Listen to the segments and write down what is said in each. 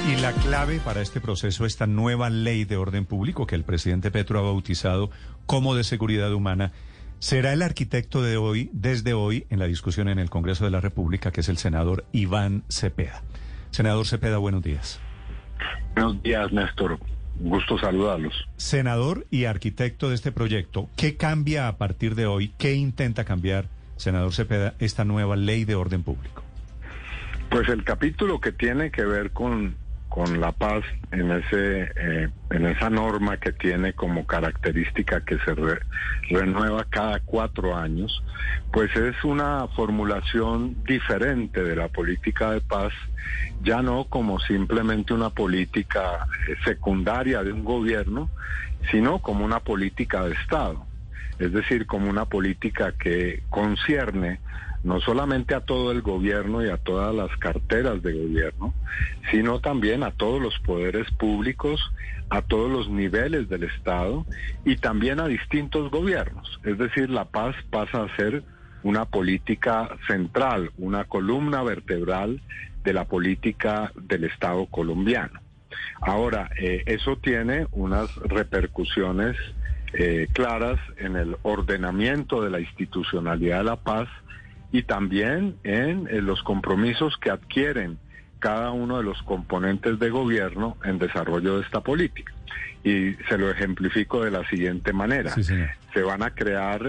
Y la clave para este proceso, esta nueva ley de orden público que el presidente Petro ha bautizado como de seguridad humana, será el arquitecto de hoy, desde hoy, en la discusión en el Congreso de la República, que es el senador Iván Cepeda. Senador Cepeda, buenos días. Buenos días, Néstor. Gusto saludarlos. Senador y arquitecto de este proyecto, ¿qué cambia a partir de hoy? ¿Qué intenta cambiar, senador Cepeda, esta nueva ley de orden público? Pues el capítulo que tiene que ver con la paz en esa norma que tiene como característica que se renueva cada 4 años, pues es una formulación diferente de la política de paz, ya no como simplemente una política secundaria de un gobierno, sino como una política de Estado, es decir, como una política que concierne no solamente a todo el gobierno y a todas las carteras de gobierno, sino también a todos los poderes públicos, a todos los niveles del Estado y también a distintos gobiernos. Es decir, la paz pasa a ser una política central, una columna vertebral de la política del Estado colombiano. Ahora, eso tiene unas repercusiones claras en el ordenamiento de la institucionalidad de la paz y también en los compromisos que adquieren cada uno de los componentes de gobierno en desarrollo de esta política. Y se lo ejemplifico de la siguiente manera. Sí, señor. Se va a crear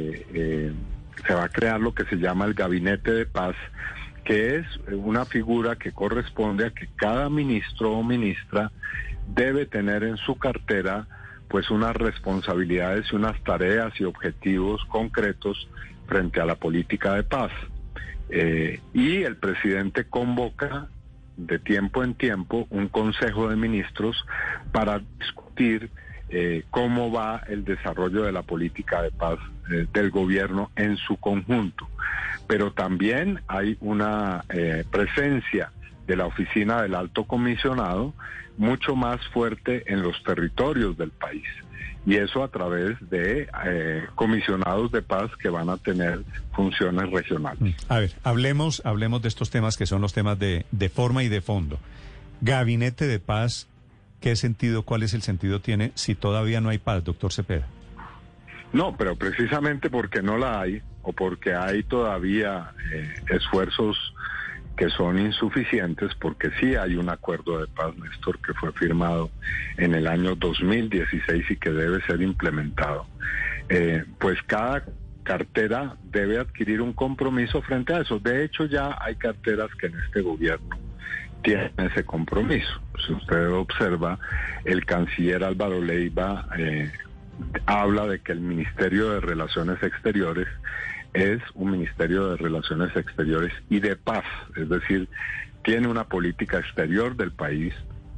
lo que se llama el Gabinete de Paz, que es una figura que corresponde a que cada ministro o ministra debe tener en su cartera pues unas responsabilidades y unas tareas y objetivos concretos frente a la política de paz. Y el presidente convoca de tiempo en tiempo un consejo de ministros para discutir cómo va el desarrollo de la política de paz del gobierno en su conjunto. Pero también hay una presencia de la oficina del Alto Comisionado mucho más fuerte en los territorios del país. Y eso a través de comisionados de paz que van a tener funciones regionales. A ver, hablemos de estos temas que son los temas de forma y de fondo. Gabinete de paz, ¿qué sentido, cuál es el sentido tiene si todavía no hay paz, doctor Cepeda? No, pero precisamente porque no la hay, o porque hay todavía esfuerzos que son insuficientes, porque sí hay un acuerdo de paz, Néstor, que fue firmado en el año 2016 y que debe ser implementado. Pues cada cartera debe adquirir un compromiso frente a eso. De hecho, ya hay carteras que en este gobierno tienen ese compromiso. Si usted observa, el canciller Álvaro Leiva habla de que el Ministerio de Relaciones Exteriores es un Ministerio de Relaciones Exteriores y de paz, es decir, tiene una política exterior del país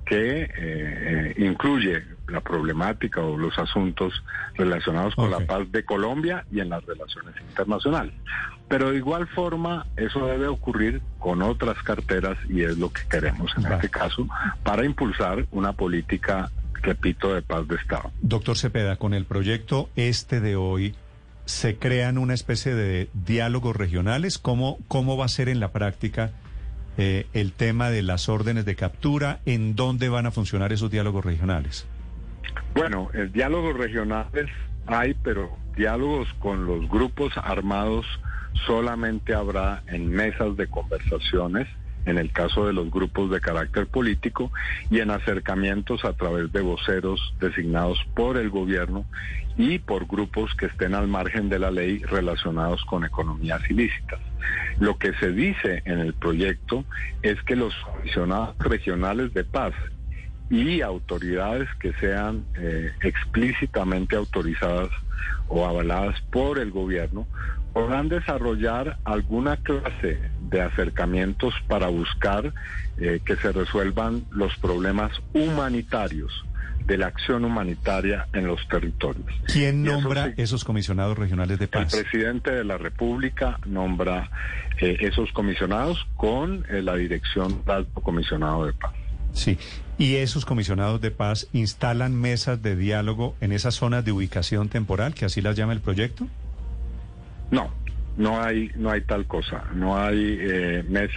que incluye la problemática o los asuntos relacionados con la paz de Colombia y en las relaciones internacionales. Pero de igual forma, eso debe ocurrir con otras carteras y es lo que queremos en este caso para impulsar una política, repito, de paz de Estado. Doctor Cepeda, con el proyecto de hoy, ¿se crean una especie de diálogos regionales? ¿Cómo va a ser en la práctica el tema de las órdenes de captura? ¿En dónde van a funcionar esos diálogos regionales? Bueno, diálogos regionales hay, pero diálogos con los grupos armados solamente habrá en mesas de conversaciones, en el caso de los grupos de carácter político, y en acercamientos a través de voceros designados por el gobierno y por grupos que estén al margen de la ley relacionados con economías ilícitas. Lo que se dice en el proyecto es que los comisionados regionales de paz y autoridades que sean explícitamente autorizadas o avaladas por el gobierno podrán desarrollar alguna clase de acercamientos para buscar que se resuelvan los problemas humanitarios de la acción humanitaria en los territorios. ¿Quién nombra esos comisionados regionales de paz? El presidente de la República nombra esos comisionados con la dirección del Alto Comisionado de Paz. Sí, y esos comisionados de paz instalan mesas de diálogo en esas zonas de ubicación temporal, que así las llama el proyecto. No hay tal cosa. No hay mesas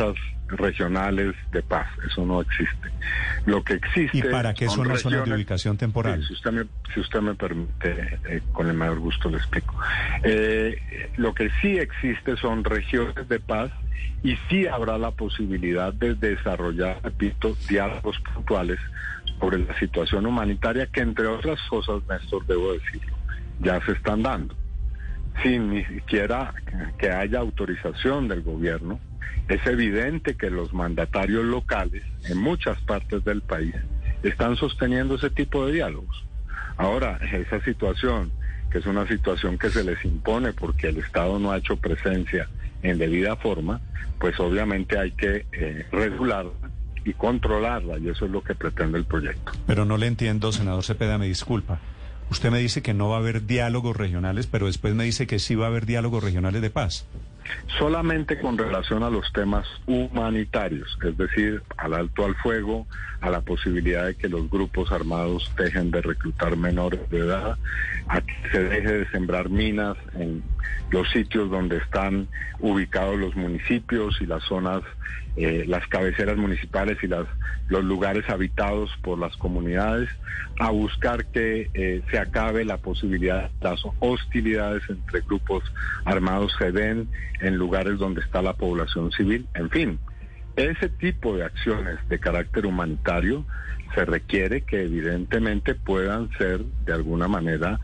regionales de paz, eso no existe. Lo que existe... ¿Y para qué son las zonas de ubicación temporal? Sí, si usted me permite, con el mayor gusto le explico. Lo que sí existe son regiones de paz y sí habrá la posibilidad de desarrollar, repito, diálogos puntuales sobre la situación humanitaria que, entre otras cosas, Néstor, debo decirlo, ya se están dando. Sin ni siquiera que haya autorización del gobierno, es evidente que los mandatarios locales en muchas partes del país están sosteniendo ese tipo de diálogos. Ahora, esa situación, que es una situación que se les impone porque el Estado no ha hecho presencia en debida forma, pues obviamente hay que regularla y controlarla, y eso es lo que pretende el proyecto. Pero no le entiendo, senador Cepeda, me disculpa. Usted me dice que no va a haber diálogos regionales, pero después me dice que sí va a haber diálogos regionales de paz. Solamente con relación a los temas humanitarios, es decir, al alto al fuego, a la posibilidad de que los grupos armados dejen de reclutar menores de edad, a que se deje de sembrar minas en los sitios donde están ubicados los municipios y las zonas, las cabeceras municipales y los lugares habitados por las comunidades, a buscar que se acabe la posibilidad de las hostilidades entre grupos armados se den en lugares donde está la población civil, en fin. Ese tipo de acciones de carácter humanitario se requiere que evidentemente puedan ser de alguna manera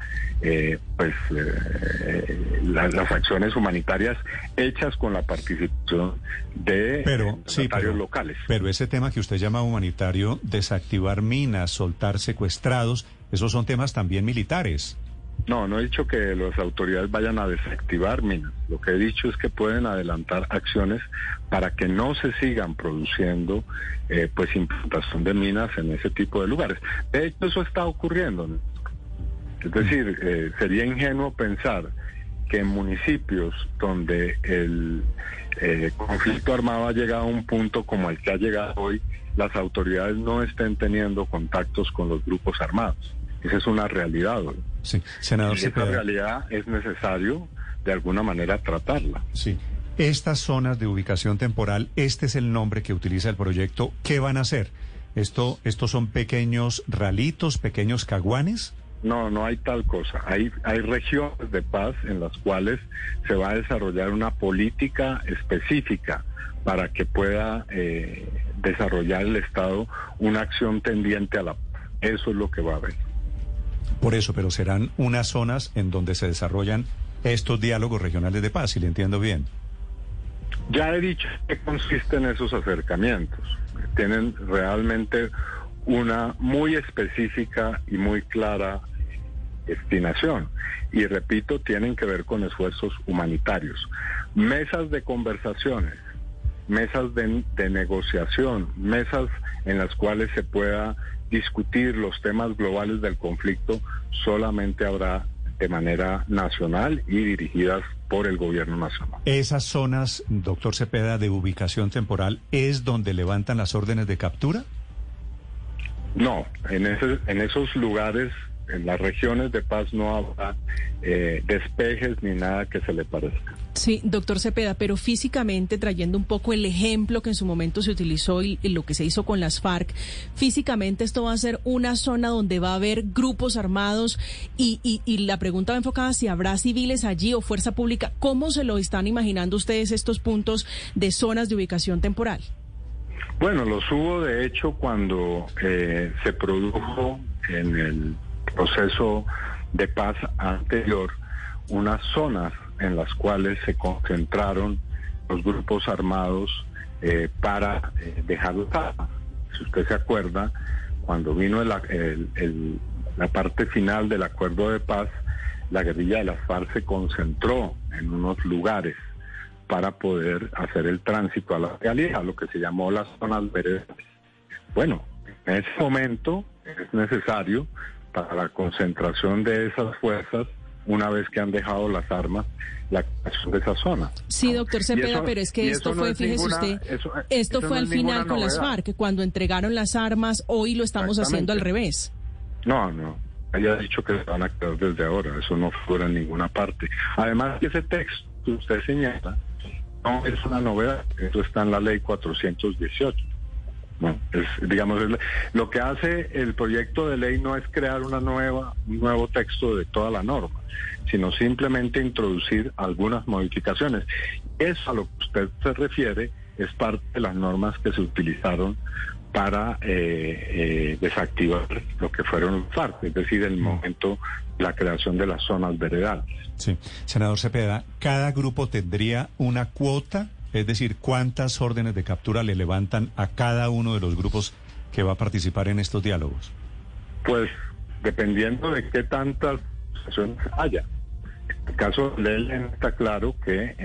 las acciones humanitarias hechas con la participación de mandatarios locales. Pero ese tema que usted llama humanitario, desactivar minas, soltar secuestrados, esos son temas también militares. No he dicho que las autoridades vayan a desactivar minas. Lo que he dicho es que pueden adelantar acciones para que no se sigan produciendo implantación de minas en ese tipo de lugares. De hecho, eso está ocurriendo, ¿no? Es decir, sería ingenuo pensar que en municipios donde el conflicto armado ha llegado a un punto como el que ha llegado hoy, las autoridades no estén teniendo contactos con los grupos armados. Esa es una realidad, ¿no? Sí, senador Cepeda. Esa realidad es necesario, de alguna manera, tratarla. Sí. Estas zonas de ubicación temporal, este es el nombre que utiliza el proyecto. ¿Qué van a hacer? ¿Estos son pequeños ralitos, pequeños caguanes? No hay tal cosa. Hay regiones de paz en las cuales se va a desarrollar una política específica para que pueda desarrollar el Estado una acción tendiente a la paz. Eso es lo que va a haber. Por eso, pero serán unas zonas en donde se desarrollan estos diálogos regionales de paz, si le entiendo bien. Ya he dicho que consisten esos acercamientos. Tienen realmente una muy específica y muy clara destinación. Y repito, tienen que ver con esfuerzos humanitarios. Mesas de conversaciones, mesas de negociación, mesas en las cuales se pueda discutir los temas globales del conflicto, solamente habrá de manera nacional y dirigidas por el gobierno nacional. ¿Esas zonas, doctor Cepeda, de ubicación temporal, es donde levantan las órdenes de captura? No, en esos lugares, en las regiones de paz, no habrá despejes ni nada que se le parezca. Sí, doctor Cepeda, pero físicamente, trayendo un poco el ejemplo que en su momento se utilizó y lo que se hizo con las FARC, físicamente esto va a ser una zona donde va a haber grupos armados y la pregunta va enfocada si habrá civiles allí o fuerza pública. ¿Cómo se lo están imaginando ustedes estos puntos de zonas de ubicación temporal? Bueno, los hubo de hecho cuando se produjo en el proceso de paz anterior unas zonas en las cuales se concentraron los grupos armados para dejar las armas. Si usted se acuerda, cuando vino la parte final del acuerdo de paz, la guerrilla de las FARC se concentró en unos lugares para poder hacer el tránsito a la realidad, lo que se llamó las zonas verdes. Bueno, en ese momento es necesario para la concentración de esas fuerzas, una vez que han dejado las armas, la creación de esa zona. Sí, doctor Cepeda, pero es que esto fue, fíjese usted, esto fue al final con las FARC, cuando entregaron las armas. Hoy lo estamos haciendo al revés. No, ella ha dicho que se van a quedar desde ahora, eso no figura en ninguna parte. Además, ese texto que usted señala no es una novedad, eso está en la ley 418. No, lo que hace el proyecto de ley no es crear un nuevo texto de toda la norma, sino simplemente introducir algunas modificaciones. Eso a lo que usted se refiere es parte de las normas que se utilizaron para desactivar lo que fueron los FARC, es decir, el momento de la creación de las zonas veredales. Sí, senador Cepeda, ¿cada grupo tendría una cuota? Es decir, ¿cuántas órdenes de captura le levantan a cada uno de los grupos que va a participar en estos diálogos? Pues dependiendo de qué tantas acciones haya. En el caso de Lelen está claro que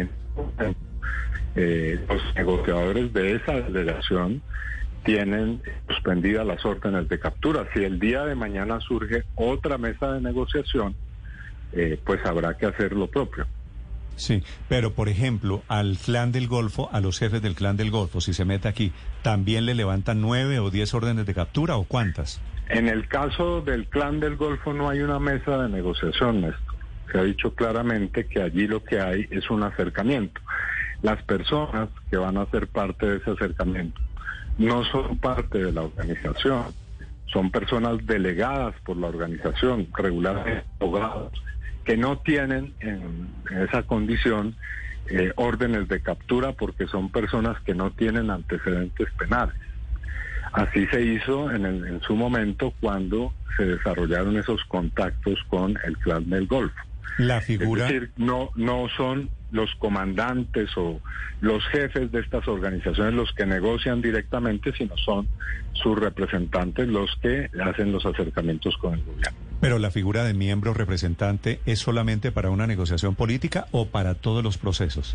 los negociadores de esa delegación tienen suspendidas las órdenes de captura. Si el día de mañana surge otra mesa de negociación, pues habrá que hacer lo propio. Sí, pero por ejemplo, al Clan del Golfo, a los jefes del Clan del Golfo, si se mete aquí, ¿también le levantan 9 o 10 órdenes de captura o cuántas? En el caso del Clan del Golfo no hay una mesa de negociación, Néstor. Se ha dicho claramente que allí lo que hay es un acercamiento. Las personas que van a ser parte de ese acercamiento no son parte de la organización, son personas delegadas por la organización, regularmente abogados, que no tienen en esa condición órdenes de captura porque son personas que no tienen antecedentes penales. Así se hizo en su momento cuando se desarrollaron esos contactos con el Clan del Golfo. La figura... Es decir, no son los comandantes o los jefes de estas organizaciones los que negocian directamente, sino son sus representantes los que hacen los acercamientos con el gobierno. Pero la figura de miembro representante ¿es solamente para una negociación política o para todos los procesos?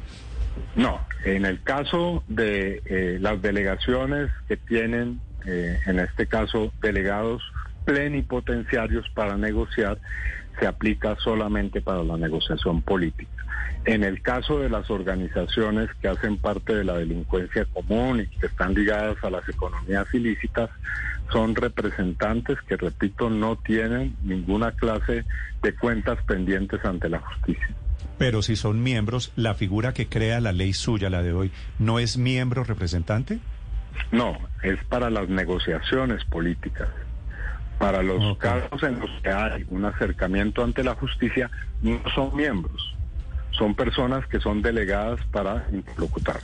No, en el caso de las delegaciones que tienen, en este caso, delegados plenipotenciarios para negociar, se aplica solamente para la negociación política. En el caso de las organizaciones que hacen parte de la delincuencia común y que están ligadas a las economías ilícitas, son representantes que, repito, no tienen ninguna clase de cuentas pendientes ante la justicia. Pero si son miembros, ¿la figura que crea la ley suya, la de hoy, no es miembro representante? No, es para las negociaciones políticas. Para los casos en los que hay un acercamiento ante la justicia, no son miembros. Son personas que son delegadas para interlocutar.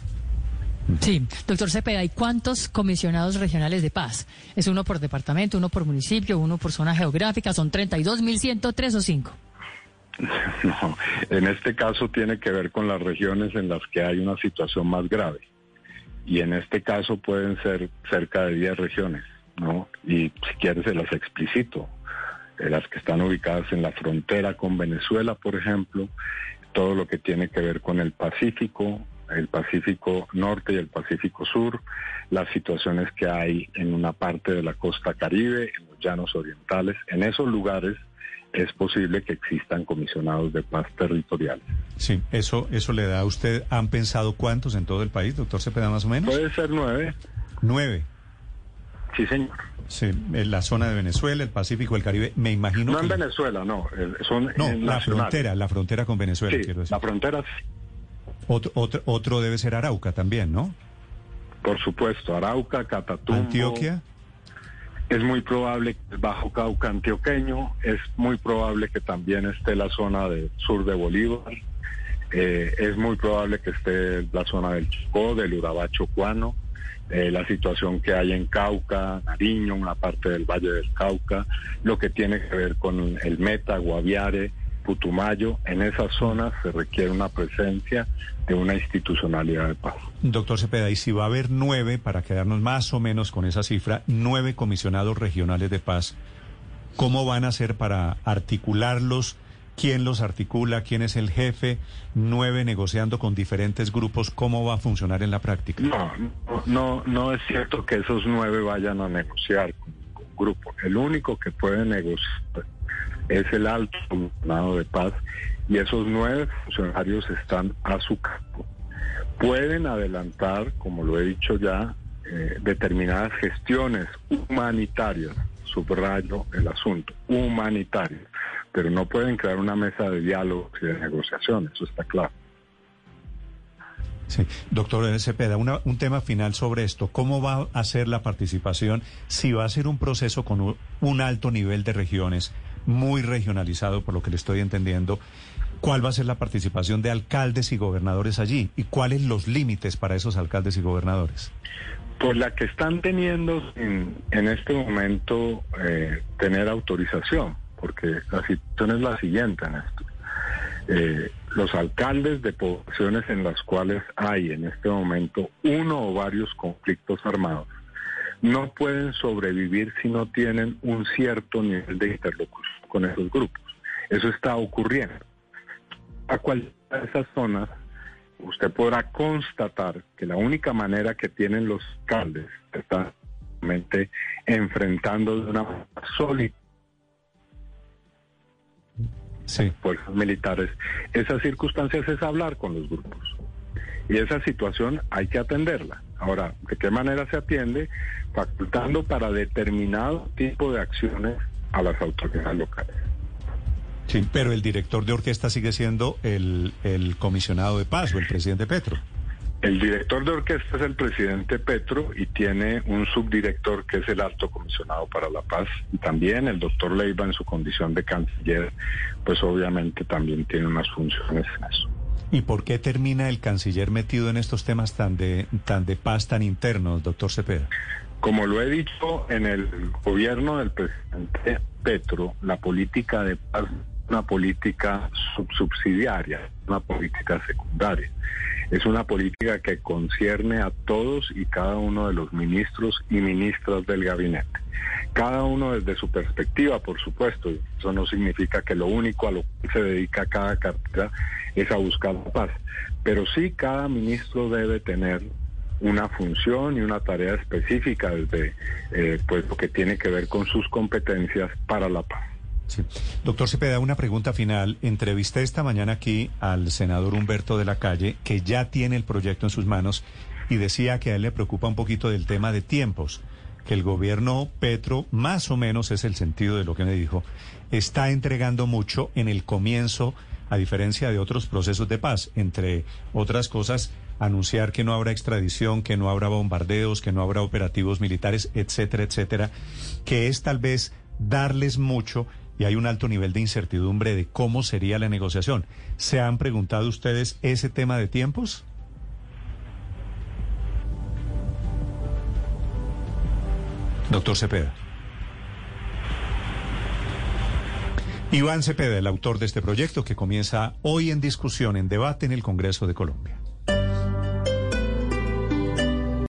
Sí, doctor Cepeda, ¿y cuántos comisionados regionales de paz? ¿Es uno por departamento, uno por municipio, uno por zona geográfica? ¿Son 32.103 o 5? No, en este caso tiene que ver con las regiones en las que hay una situación más grave. Y en este caso pueden ser cerca de 10 regiones, ¿no? Y si quieres se las explicito. Las que están ubicadas en la frontera con Venezuela, por ejemplo, todo lo que tiene que ver con el Pacífico Norte y el Pacífico Sur, las situaciones que hay en una parte de la costa Caribe, en los llanos orientales. En esos lugares es posible que existan comisionados de paz territoriales. Sí, eso le da a usted. ¿Han pensado cuántos en todo el país, doctor Cepeda, más o menos? Puede ser 9. 9. Sí, señor. Sí, en la zona de Venezuela, el Pacífico, el Caribe, me imagino. No que... en Venezuela, no. Son en la frontera con Venezuela, sí, quiero decir. La frontera sí. Otro debe ser Arauca también, ¿no? Por supuesto, Arauca, Catatumbo. Antioquia. Es muy probable que el Bajo Cauca antioqueño, es muy probable que también esté la zona del sur de Bolívar, es muy probable que esté la zona del Chocó, del Urabá chocuano, la situación que hay en Cauca, Nariño, una parte del Valle del Cauca, lo que tiene que ver con el Meta, Guaviare, Putumayo. En esas zonas se requiere una presencia de una institucionalidad de paz. Doctor Cepeda, y si va a haber 9, para quedarnos más o menos con esa cifra, 9 comisionados regionales de paz, ¿cómo van a hacer para articularlos? ¿Quién los articula? ¿Quién es el jefe? 9 negociando con diferentes grupos. ¿Cómo va a funcionar en la práctica? No es cierto que esos 9 vayan a negociar con un grupo. El único que puede negociar es el alto comisionado de paz, y esos 9 funcionarios están a su cargo. Pueden adelantar, como lo he dicho ya, determinadas gestiones humanitarias, subrayo el asunto, humanitarias, pero no pueden crear una mesa de diálogo y de negociación, eso está claro. Sí, doctor Cepeda, un tema final sobre esto. ¿Cómo va a ser la participación? Si va a ser un proceso con un alto nivel de regiones, muy regionalizado por lo que le estoy entendiendo, ¿cuál va a ser la participación de alcaldes y gobernadores allí? ¿Y cuáles los límites para esos alcaldes y gobernadores? Pues la que están teniendo en este momento tener autorización, porque la situación es la siguiente en esto. Los alcaldes de poblaciones en las cuales hay en este momento uno o varios conflictos armados no pueden sobrevivir si no tienen un cierto nivel de interlocución con esos grupos. Eso está ocurriendo. A cualquiera de esas zonas, usted podrá constatar que la única manera que tienen los alcaldes que están enfrentando de una manera sólida fuerzas militares, esas circunstancias es hablar con los grupos. Y esa situación hay que atenderla. Ahora, ¿de qué manera se atiende? Facultando para determinado tipo de acciones a las autoridades locales. Sí, pero el director de orquesta sigue siendo el comisionado de paz o el presidente Petro. El director de orquesta es el presidente Petro y tiene un subdirector que es el alto comisionado para la paz. Y también el doctor Leiva, en su condición de canciller, pues obviamente también tiene unas funciones en eso. ¿Y por qué termina el canciller metido en estos temas tan de paz, tan internos, doctor Cepeda? Como lo he dicho, en el gobierno del presidente Petro, la política de paz es una política subsidiaria, una política secundaria. Es una política que concierne a todos y cada uno de los ministros y ministras del gabinete. Cada uno desde su perspectiva, por supuesto. Eso no significa que lo único a lo que se dedica cada cartera es a buscar la paz. Pero sí, cada ministro debe tener una función y una tarea específica desde pues lo que tiene que ver con sus competencias para la paz. Sí. Doctor Cepeda, una pregunta final. Entrevisté esta mañana aquí al senador Humberto de la Calle, que ya tiene el proyecto en sus manos, y decía que a él le preocupa un poquito del tema de tiempos, que el gobierno Petro, más o menos es el sentido de lo que me dijo, está entregando mucho en el comienzo, a diferencia de otros procesos de paz, entre otras cosas, anunciar que no habrá extradición, que no habrá bombardeos, que no habrá operativos militares, etcétera, etcétera, que es tal vez darles mucho. Y hay un alto nivel de incertidumbre de cómo sería la negociación. ¿Se han preguntado ustedes ese tema de tiempos? Doctor Cepeda. Iván Cepeda, el autor de este proyecto que comienza hoy en discusión, en debate en el Congreso de Colombia.